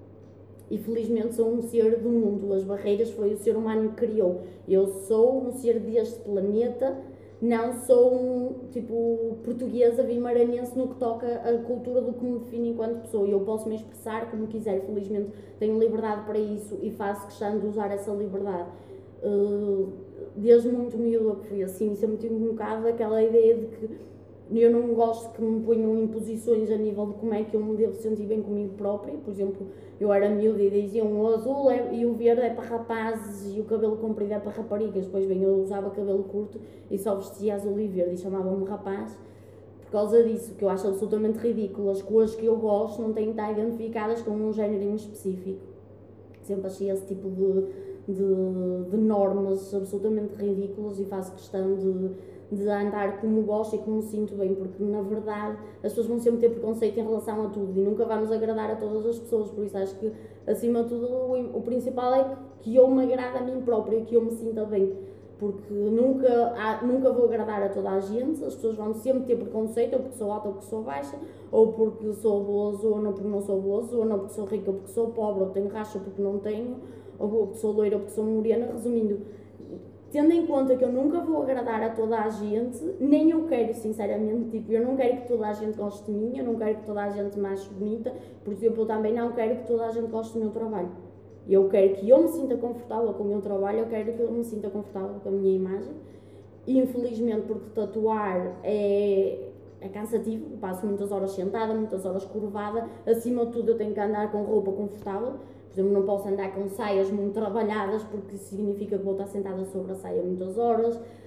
E, felizmente, sou um ser do mundo. As barreiras foi o ser humano que criou. Eu sou um ser deste planeta, não sou um, tipo, portuguesa, vimaranense no que toca a cultura do que me define enquanto pessoa. Eu posso me expressar como quiser, felizmente tenho liberdade para isso e faço questão de usar essa liberdade. Uh, desde muito miúda que fui assim, sempre tive um bocado aquela ideia de que eu não gosto que me ponham imposições a nível de como é que eu me devo sentir bem comigo própria. Por exemplo, eu era miúda e diziam o azul é, e o verde é para rapazes e o cabelo comprido é para raparigas. Depois bem, eu usava cabelo curto e só vestia azul e verde e chamavam-me rapaz por causa disso, que eu acho absolutamente ridículo. As cores que eu gosto não têm de estar identificadas com um género em específico. Sempre achei esse tipo de De, de normas absolutamente ridículas e faço questão de, de andar como gosto e como sinto bem, porque na verdade as pessoas vão sempre ter preconceito em relação a tudo e nunca vamos agradar a todas as pessoas, por isso acho que acima de tudo o, o principal é que eu me agrade a mim própria, que eu me sinta bem, porque nunca, há, nunca vou agradar a toda a gente, as pessoas vão sempre ter preconceito, ou porque sou alta ou porque sou baixa, ou porque sou boa zona ou porque não sou boa zona, ou porque sou rica ou porque sou pobre, ou tenho racha ou porque não tenho, ou porque sou loira ou porque sou morena. Resumindo, tendo em conta que eu nunca vou agradar a toda a gente, nem eu quero, sinceramente, tipo, eu não quero que toda a gente goste de mim, eu não quero que toda a gente me ache bonita, por exemplo, eu também não quero que toda a gente goste do meu trabalho. Eu quero que eu me sinta confortável com o meu trabalho, eu quero que eu me sinta confortável com a minha imagem. Infelizmente, porque tatuar é, é cansativo, passo muitas horas sentada, muitas horas curvada, acima de tudo eu tenho que andar com roupa confortável. Por exemplo, não posso andar com saias muito trabalhadas porque significa que vou estar sentada sobre a saia muitas horas,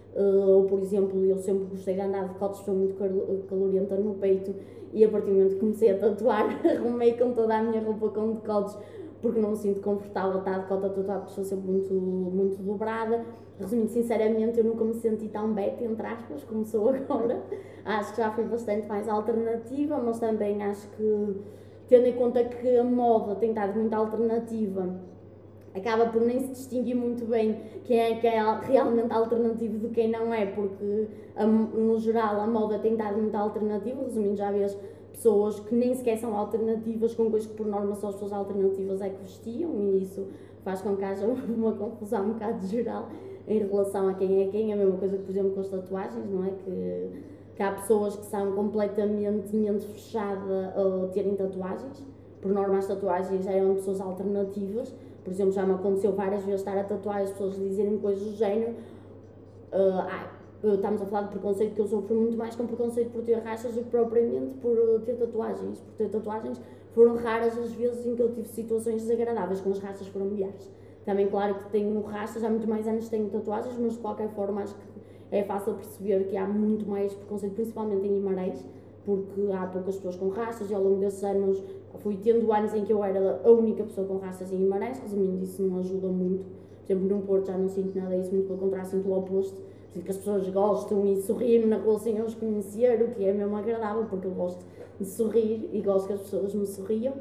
Uh, ou, por exemplo, eu sempre gostei de andar de cotes, estou muito calorenta no peito, e a partir do momento que comecei a tatuar, arrumei com toda a minha roupa com decotes, porque não me sinto confortável estar de cote a tatuar, porque estou sempre muito, muito dobrada. Resumindo, sinceramente, eu nunca me senti tão beta, entre aspas, como sou agora. Acho que já fui bastante mais alternativa, mas também acho que, tendo em conta que a moda tem estado muito alternativa, acaba por nem se distinguir muito bem quem é que é realmente alternativo de quem não é, porque no geral a moda tem estado muito alternativa. Resumindo, já vês pessoas que nem sequer são alternativas com coisas que por norma só as pessoas alternativas é que vestiam, e isso faz com que haja uma confusão um bocado geral em relação a quem é quem. A mesma coisa que, por exemplo, com as tatuagens, não é? Que, que há pessoas que são completamente mente fechada a terem tatuagens. Por norma as tatuagens eram pessoas alternativas. Por exemplo, já me aconteceu várias vezes estar a tatuar e as pessoas dizerem coisas do género. Uh, ah, estamos a falar de preconceito, que eu sofro muito mais com preconceito por ter rachas do que propriamente por ter tatuagens. Por ter tatuagens foram raras as vezes em que eu tive situações desagradáveis, com as rachas foram milhares. Também, claro que tenho rachas, há muito mais anos que tenho tatuagens, mas de qualquer forma acho que é fácil perceber que há muito mais preconceito, principalmente em Guimarães, porque há poucas pessoas com rachas, e ao longo desses anos fui tendo anos em que eu era a única pessoa com rachas em Guimarães. Resumindo, isso não ajuda muito. Por exemplo, no Porto já não sinto nada disso, muito pelo contrário, sinto o oposto. Sinto que as pessoas gostam e sorriem na rua sem eu os conhecer, o que é mesmo agradável, porque eu gosto de sorrir e gosto que as pessoas me sorriam.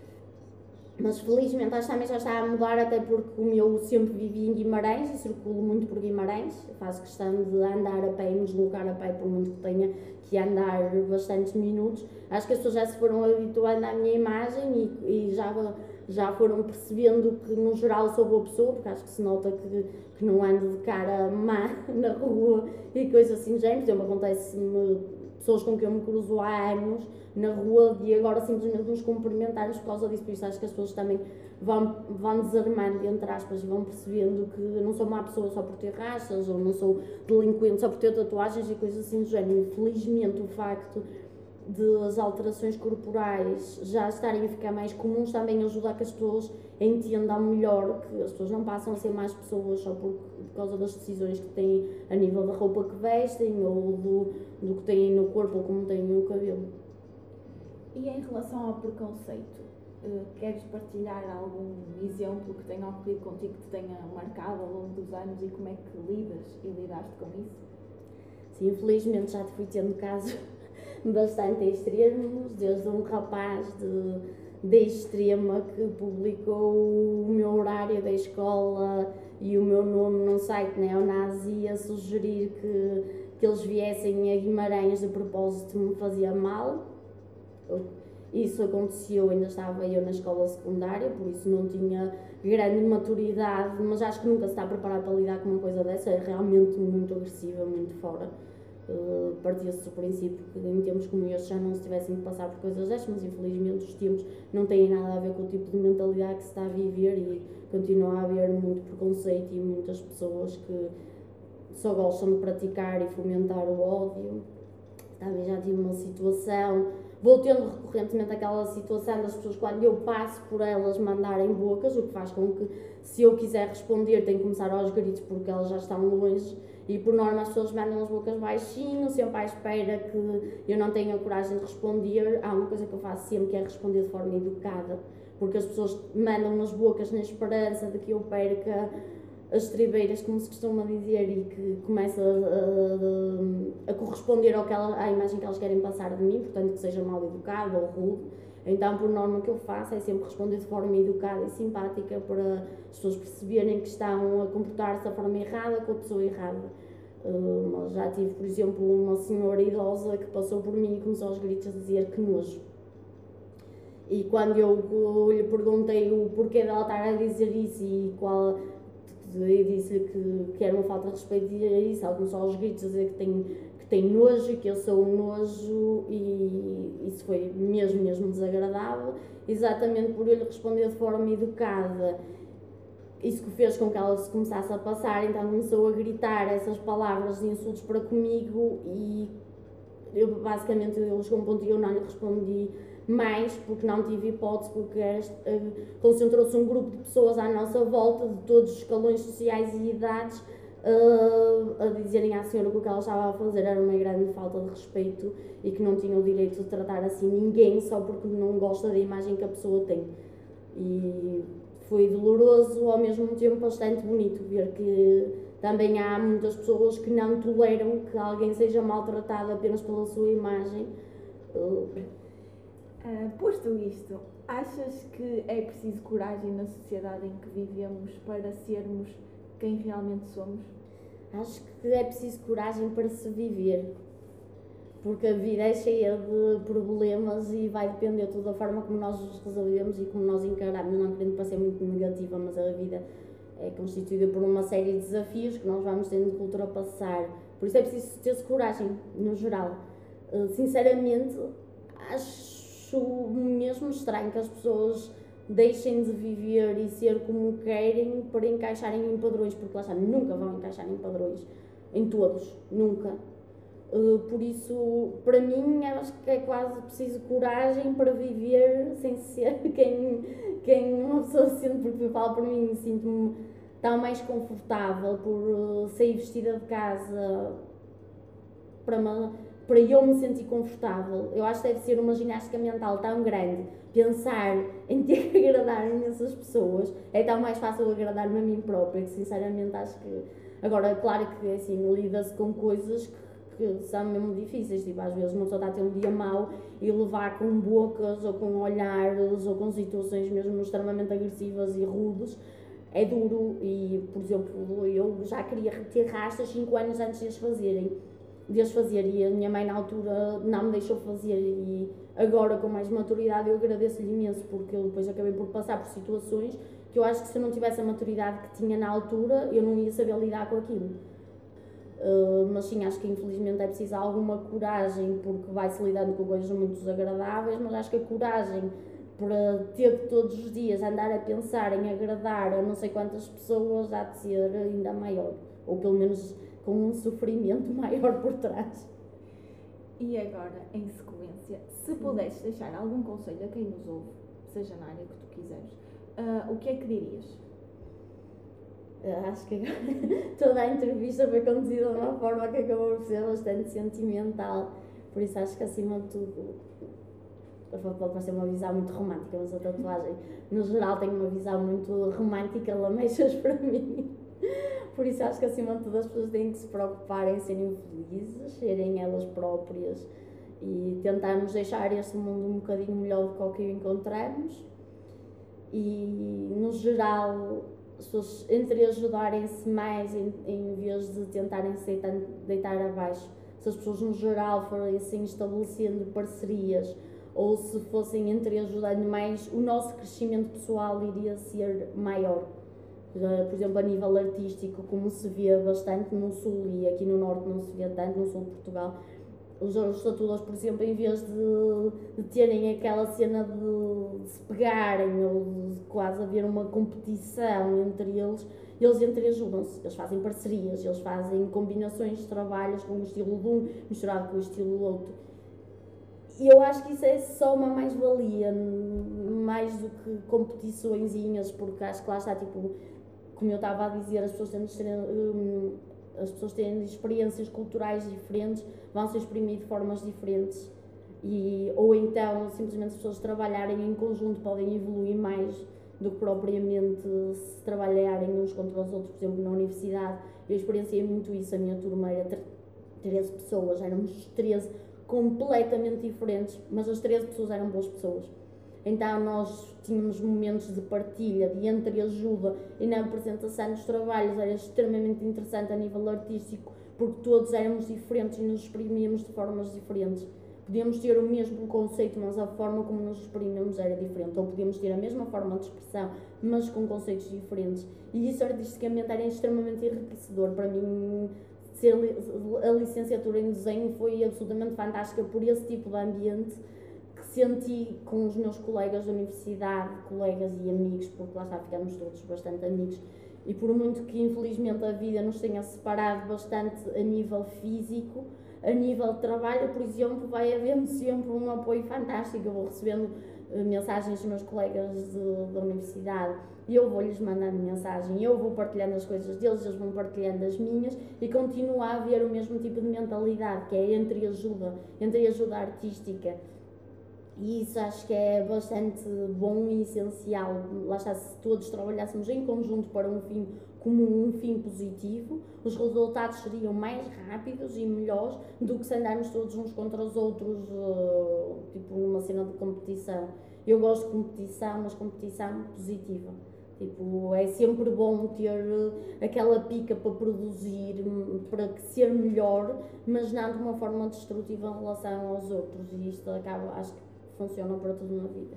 Mas felizmente acho que também já está a mudar, até porque como eu sempre vivi em Guimarães e circulo muito por Guimarães, faço questão de andar a pé e me deslocar a pé, por muito que tenha que andar bastantes minutos. Acho que as pessoas já se foram habituando à minha imagem e, e já, já foram percebendo que no geral sou boa pessoa, porque acho que se nota que, que não ando de cara má na rua e coisas assim do género. Por exemplo, acontece-me pessoas com quem eu me cruzo há anos na rua e agora simplesmente nos cumprimentarmos por causa disso. Por isso acho que as pessoas também vão, vão desarmando, entre aspas, e vão percebendo que não sou má pessoa só por ter rachas, ou não sou delinquente só por ter tatuagens e coisas assim do género. Infelizmente o facto das alterações corporais já estarem a ficar mais comuns também ajuda a que as pessoas entendam melhor que as pessoas não passam a ser mais pessoas só por, por causa das decisões que têm a nível da roupa que vestem, ou do, do que têm no corpo, ou como têm no cabelo. E em relação ao preconceito, uh, queres partilhar algum exemplo que tenha ocorrido contigo, que te tenha marcado ao longo dos anos, e como é que lidas e lidaste com isso? Sim, infelizmente já te fui tendo casos bastante extremos, desde um rapaz de, de extrema que publicou o meu horário da escola e o meu nome num site neonazi a sugerir que, que eles viessem a Guimarães de propósito, me fazia mal. Isso aconteceu, ainda estava eu na escola secundária, por isso não tinha grande maturidade, mas acho que nunca se está preparado para lidar com uma coisa dessa. É realmente muito agressiva, muito fora. Uh, Partia-se do princípio que em tempos como estes já não se tivessem de passar por coisas destas, mas infelizmente os tempos não têm nada a ver com o tipo de mentalidade que se está a viver, e continua a haver muito preconceito e muitas pessoas que só gostam de praticar e fomentar o ódio. Também já tive uma situação, vou tendo recorrentemente aquela situação das pessoas, quando eu passo por elas, mandarem bocas, o que faz com que, se eu quiser responder, tenho que começar aos gritos porque elas já estão longe, e por norma as pessoas mandam as bocas baixinho, sempre à espera que eu não tenha coragem de responder. Há uma coisa que eu faço sempre, que é responder de forma educada, porque as pessoas mandam as bocas na esperança de que eu perca as tribeiras, como se costuma dizer, e que começa a, a, a corresponder ao que ela, à imagem que elas querem passar de mim, portanto que seja mal educado ou rude. Então, por norma, o que eu faço é sempre responder de forma educada e simpática, para as pessoas perceberem que estão a comportar-se da forma errada com a pessoa errada. Uh, mas já tive, por exemplo, uma senhora idosa que passou por mim e começou aos gritos a dizer que nojo. E quando eu lhe perguntei o porquê dela estar a dizer isso e qual... e disse-lhe que, que era uma falta de respeito dizer isso, ela começou aos gritos a dizer que tem, que tem nojo e que eu sou um nojo, e isso foi mesmo, mesmo desagradável, exatamente por eu lhe responder de forma educada. Isso que fez com que ela se começasse a passar, então começou a gritar essas palavras de insultos para comigo, e eu basicamente eu chegou a um ponto e eu não lhe respondi mais, porque não tive hipótese, porque uh, concentrou-se um grupo de pessoas à nossa volta, de todos os escalões sociais e idades, uh, a dizerem à senhora que o que ela estava a fazer era uma grande falta de respeito e que não tinha o direito de tratar assim ninguém só porque não gosta da imagem que a pessoa tem. E foi doloroso, ao mesmo tempo bastante bonito ver que também há muitas pessoas que não toleram que alguém seja maltratado apenas pela sua imagem. Uh, posto isto, achas que é preciso coragem na sociedade em que vivemos para sermos quem realmente somos? Acho que é preciso coragem para se viver, porque a vida é cheia de problemas e vai depender tudo da forma como nós os resolvemos e como nós encaramos, não querendo parecer muito negativa, mas a vida é constituída por uma série de desafios que nós vamos tendo que ultrapassar, por isso é preciso ter-se coragem, no geral. Sinceramente, acho mesmo estranho que as pessoas deixem de viver e ser como querem para encaixarem em padrões, porque lá está, nunca vão encaixar em padrões, em todos, nunca. Uh, por isso, para mim, acho que é quase preciso coragem para viver sem ser quem, quem uma pessoa se sente, porque eu falo por mim, sinto-me tão mais confortável por uh, sair vestida de casa para, uma, para eu me sentir confortável. Eu acho que deve ser uma ginástica mental tão grande, pensar em ter que agradar a imensas pessoas, é tão mais fácil agradar-me a mim própria, que sinceramente acho que... Agora, claro que assim, lida-se com coisas que que são mesmo difíceis, tipo, às vezes uma pessoa está a ter um dia mau e levar com bocas ou com olhares ou com situações mesmo extremamente agressivas e rudes é duro e, por exemplo, eu já queria ter rastas cinco anos antes de as fazerem, de as fazer e a minha mãe na altura não me deixou fazer e agora com mais maturidade eu agradeço-lhe imenso porque eu depois acabei por passar por situações que eu acho que se eu não tivesse a maturidade que tinha na altura eu não ia saber lidar com aquilo. Uh, mas sim, acho que infelizmente é preciso alguma coragem porque vai-se lidando com coisas muito desagradáveis, mas acho que a coragem para ter que todos os dias andar a pensar em agradar a não sei quantas pessoas há de ser ainda maior, ou pelo menos com um sofrimento maior por trás. E agora, em sequência, se pudesses deixar algum conselho a quem nos ouve, seja na área que tu quiseres, uh, o que é que dirias? Acho que toda a entrevista foi conduzida de uma forma que acabou por ser bastante sentimental, por isso acho que acima de tudo pode parecer uma visão muito romântica, mas a tatuagem no geral tem uma visão muito romântica, lamechas para mim, por isso acho que acima de tudo as pessoas têm que se preocupar em serem felizes, serem elas próprias e tentarmos deixar este mundo um bocadinho melhor do que o que o encontramos e no geral as pessoas entre ajudarem-se mais em, em vez de tentarem se deitar abaixo. Se as pessoas no geral forem assim estabelecendo parcerias ou se fossem entre ajudando mais, o nosso crescimento pessoal iria ser maior. Por exemplo, a nível artístico, como se vê bastante no sul e aqui no norte não se vê tanto, no sul de Portugal, os, os tatuadores, por exemplo, em vez de, de terem aquela cena de, de se pegarem ou de quase haver uma competição entre eles, eles entre ajudam-se, eles fazem parcerias, eles fazem combinações de trabalhos com o estilo de um misturado com o estilo do outro. E eu acho que isso é só uma mais-valia, mais do que competiçõezinhas, porque acho que lá está, tipo, como eu estava a dizer, as pessoas têm de ter, hum, as pessoas têm experiências culturais diferentes, vão se exprimir de formas diferentes e, ou então simplesmente as pessoas trabalharem em conjunto podem evoluir mais do que propriamente se trabalharem uns contra os outros. Por exemplo, na universidade eu experienciei muito isso, a minha turma era treze pessoas, éramos treze completamente diferentes, mas as treze pessoas eram boas pessoas. Então nós tínhamos momentos de partilha, de entreajuda e na apresentação dos trabalhos era extremamente interessante a nível artístico porque todos éramos diferentes e nos exprimíamos de formas diferentes. Podíamos ter o mesmo conceito, mas a forma como nos exprimíamos era diferente, ou podíamos ter a mesma forma de expressão, mas com conceitos diferentes. E isso artisticamente era extremamente enriquecedor. Para mim, ser a licenciatura em desenho foi absolutamente fantástica por esse tipo de ambiente que senti com os meus colegas da universidade, colegas e amigos, porque lá está, ficamos todos bastante amigos, e por muito que infelizmente a vida nos tenha separado bastante a nível físico, A nível de trabalho, por exemplo, vai havendo sempre um apoio fantástico. Eu vou recebendo uh, mensagens dos meus colegas de, da universidade e eu vou-lhes mandando mensagem, eu vou partilhando as coisas deles, eles vão partilhando as minhas e continua a haver o mesmo tipo de mentalidade, que é entre ajuda, entre ajuda artística. E isso acho que é bastante bom e essencial. Lá está, se todos trabalhássemos em conjunto para um fim comum, um fim positivo, os resultados seriam mais rápidos e melhores do que se andarmos todos uns contra os outros, tipo numa cena de competição. Eu gosto de competição, mas competição positiva. Tipo, é sempre bom ter aquela pica para produzir, para ser melhor, mas não de uma forma destrutiva em relação aos outros. E isto acaba, acho que funciona para tudo na vida.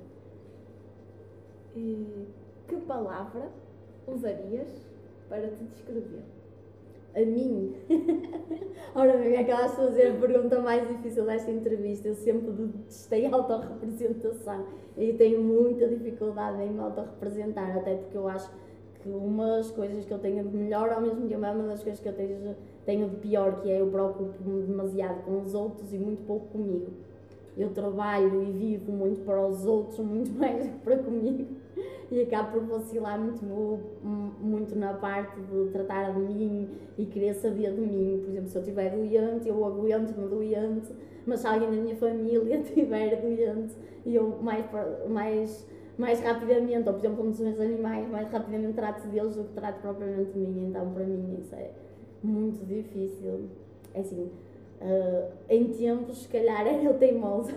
E que palavra usarias para te descrever? A mim? Ora bem, acabaste de fazer a pergunta mais difícil desta entrevista. Eu sempre detestei a autorrepresentação e tenho muita dificuldade em me autorrepresentar, até porque eu acho que uma das coisas que eu tenho de melhor, ao mesmo tempo é uma das coisas que eu tenho, tenho de pior, que é eu preocupo-me demasiado com os outros e muito pouco comigo. Eu trabalho e vivo muito para os outros, muito mais do que para comigo, e acabo por vacilar muito, muito na parte de tratar de mim e querer saber de mim. Por exemplo, se eu estiver doente, eu aguento-me doente, mas se alguém da minha família estiver doente, eu mais, mais, mais rapidamente, ou por exemplo, como são os animais, mais rapidamente trato deles do que trato propriamente de mim. Então, para mim, isso é muito difícil. É assim, Uh, em tempos, se calhar, era eu teimosa.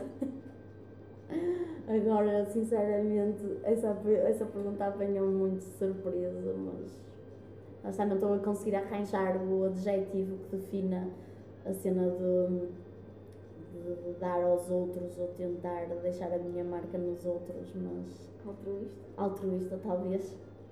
Agora, sinceramente, essa, essa pergunta apanhou-me muito de surpresa, mas já não estou a conseguir arranjar o adjetivo que defina a cena de, de, de dar aos outros ou tentar deixar a minha marca nos outros, mas... Altruísta? Altruísta, talvez.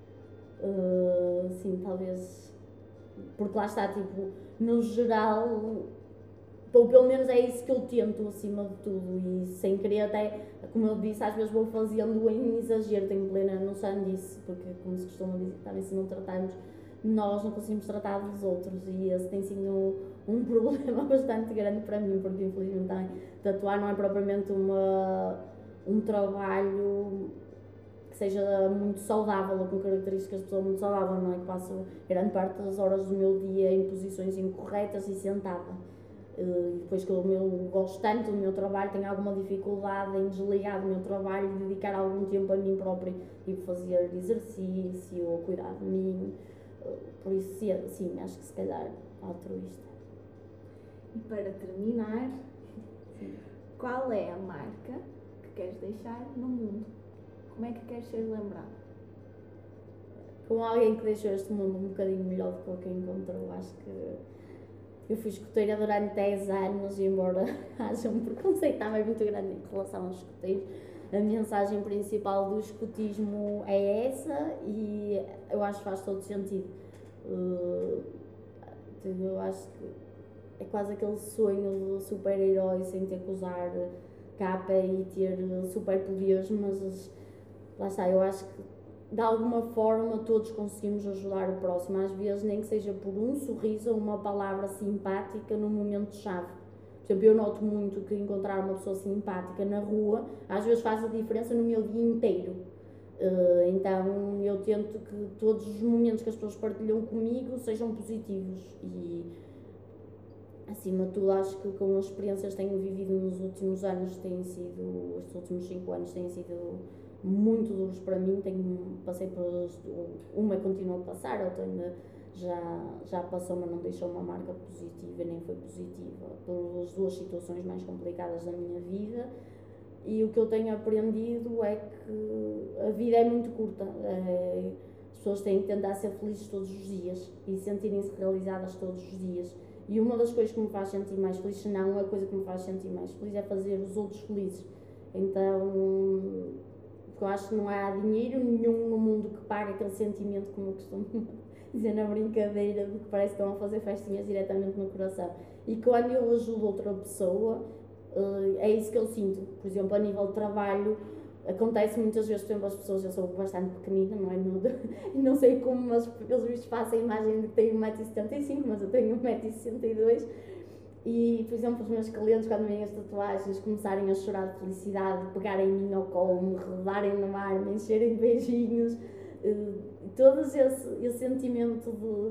Uh, sim, talvez. Porque lá está, tipo, no geral... ou pelo menos é isso que eu tento acima de tudo, e sem querer até, como eu disse, às vezes vou fazendo em exagero, tenho plena noção disso, porque como se costuma dizer, também se não tratarmos, nós não conseguimos tratar dos outros, e esse tem sido um, um problema bastante grande para mim, porque infelizmente também tatuar não é propriamente uma, um trabalho que seja muito saudável, ou com características de pessoa muito saudável, não é? Que passo grande parte das horas do meu dia em posições incorretas e sentada. E depois que eu meu, gosto tanto do meu trabalho, tenho alguma dificuldade em desligar do meu trabalho e dedicar algum tempo a mim própria e fazer exercício ou cuidar de mim. Por isso, sim, acho que se calhar altruísta. E para terminar, sim, qual é a marca que queres deixar no mundo? Como é que queres ser lembrado? Como alguém que deixou este mundo um bocadinho melhor do que o que encontrou. Acho que eu fui escoteira durante dez anos e, embora haja um preconceito também muito grande em relação aos escoteiros, a mensagem principal do escotismo é essa e eu acho que faz todo sentido. Uh, eu acho que é quase aquele sonho do super-herói sem ter que usar capa e ter superpoderes, mas lá está, eu acho que de alguma forma todos conseguimos ajudar o próximo, às vezes nem que seja por um sorriso ou uma palavra simpática no momento-chave. Por exemplo, eu noto muito que encontrar uma pessoa simpática na rua às vezes faz a diferença no meu dia inteiro. Então eu tento que todos os momentos que as pessoas partilham comigo sejam positivos e, acima de tudo, acho que com as experiências que tenho vivido nos últimos anos, têm sido, estes últimos cinco anos têm sido muito duros para mim. Tenho, passei por uma, continuo a passar, outra ainda já, já passou, mas não deixou uma marca positiva, nem foi positiva, pelas duas situações mais complicadas da minha vida. E o que eu tenho aprendido é que a vida é muito curta, é, as pessoas têm que tentar ser felizes todos os dias e sentirem-se realizadas todos os dias. E uma das coisas que me faz sentir mais feliz, se não a coisa que me faz sentir mais feliz, é fazer os outros felizes. Então, eu acho que não há dinheiro nenhum no mundo que pague aquele sentimento, como eu costumo dizer na brincadeira, de que parece que estão a fazer festinhas diretamente no coração. E quando eu ajudo outra pessoa, é isso que eu sinto. Por exemplo, a nível de trabalho, acontece muitas vezes, por exemplo, as pessoas, eu sou bastante pequenina, não é? Não, não sei como, mas pelos vistos faço a imagem de que tenho um metro e setenta e cinco, mas eu tenho um metro e sessenta e dois. E, por exemplo, os meus clientes, quando veem as tatuagens, começarem a chorar de felicidade, pegarem em mim ao colo, me rodarem no ar, me encherem de beijinhos, todo esse, esse sentimento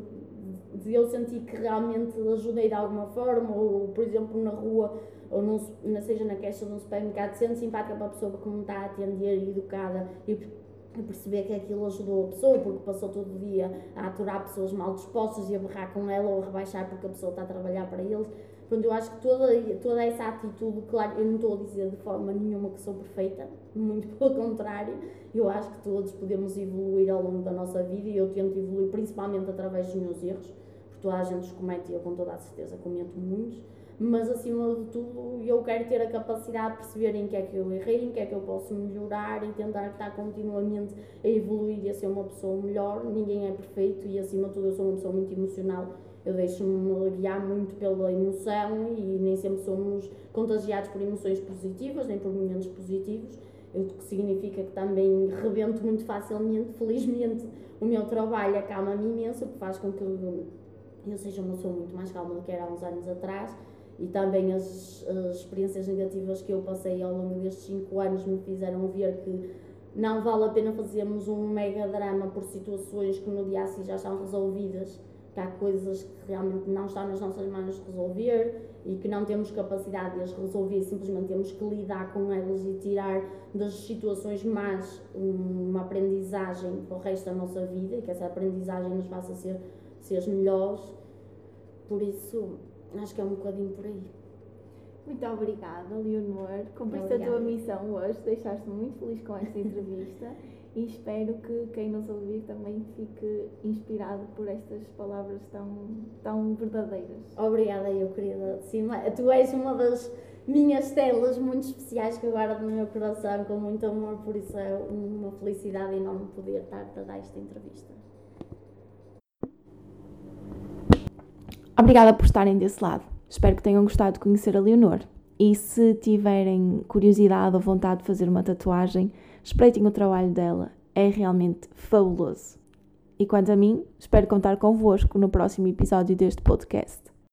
de, de eu sentir que realmente ajudei de alguma forma, ou, por exemplo, na rua, ou num, seja na caixa de um supermercado, sendo simpática para a pessoa que me está a atender e educada, e e perceber que aquilo ajudou a pessoa, porque passou todo o dia a aturar pessoas mal dispostas e a berrar com ela ou a rebaixar porque a pessoa está a trabalhar para eles. Portanto, eu acho que toda, toda essa atitude, claro, eu não estou a dizer de forma nenhuma que sou perfeita, muito pelo contrário, eu acho que todos podemos evoluir ao longo da nossa vida e eu tento evoluir principalmente através dos meus erros, porque toda a gente os comete e eu com toda a certeza cometo muitos. Mas acima de tudo eu quero ter a capacidade de perceber em que é que eu errei, em que é que eu posso melhorar e tentar estar continuamente a evoluir e a ser uma pessoa melhor. Ninguém é perfeito e acima de tudo eu sou uma pessoa muito emocional, eu deixo-me guiar muito pela emoção e nem sempre somos contagiados por emoções positivas nem por momentos positivos, o que significa que também rebento muito facilmente. Felizmente o meu trabalho acalma-me imenso, o que faz com que eu, eu seja uma pessoa muito mais calma do que era há uns anos atrás. E também as, as experiências negativas que eu passei ao longo destes cinco anos me fizeram ver que não vale a pena fazermos um mega drama por situações que no dia a seguir já estão resolvidas, que há coisas que realmente não estão nas nossas mãos de resolver e que não temos capacidade de as resolver, simplesmente temos que lidar com elas e tirar das situações más uma aprendizagem para o resto da nossa vida e que essa aprendizagem nos faça ser seres melhores. Por isso, acho que é um bocadinho por aí. Muito obrigada, Leonor. Cumpriste a tua missão hoje, deixaste-me muito feliz com esta entrevista e espero que quem nos ouvir também fique inspirado por estas palavras tão, tão verdadeiras. Obrigada, eu querida. Sim, tu és uma das minhas telas muito especiais que eu guardo no meu coração com muito amor, por isso é uma felicidade enorme poder estar-te a dar esta entrevista. Obrigada por estarem desse lado. Espero que tenham gostado de conhecer a Leonor. E se tiverem curiosidade ou vontade de fazer uma tatuagem, espreitem o trabalho dela. É realmente fabuloso. E quanto a mim, espero contar convosco no próximo episódio deste podcast.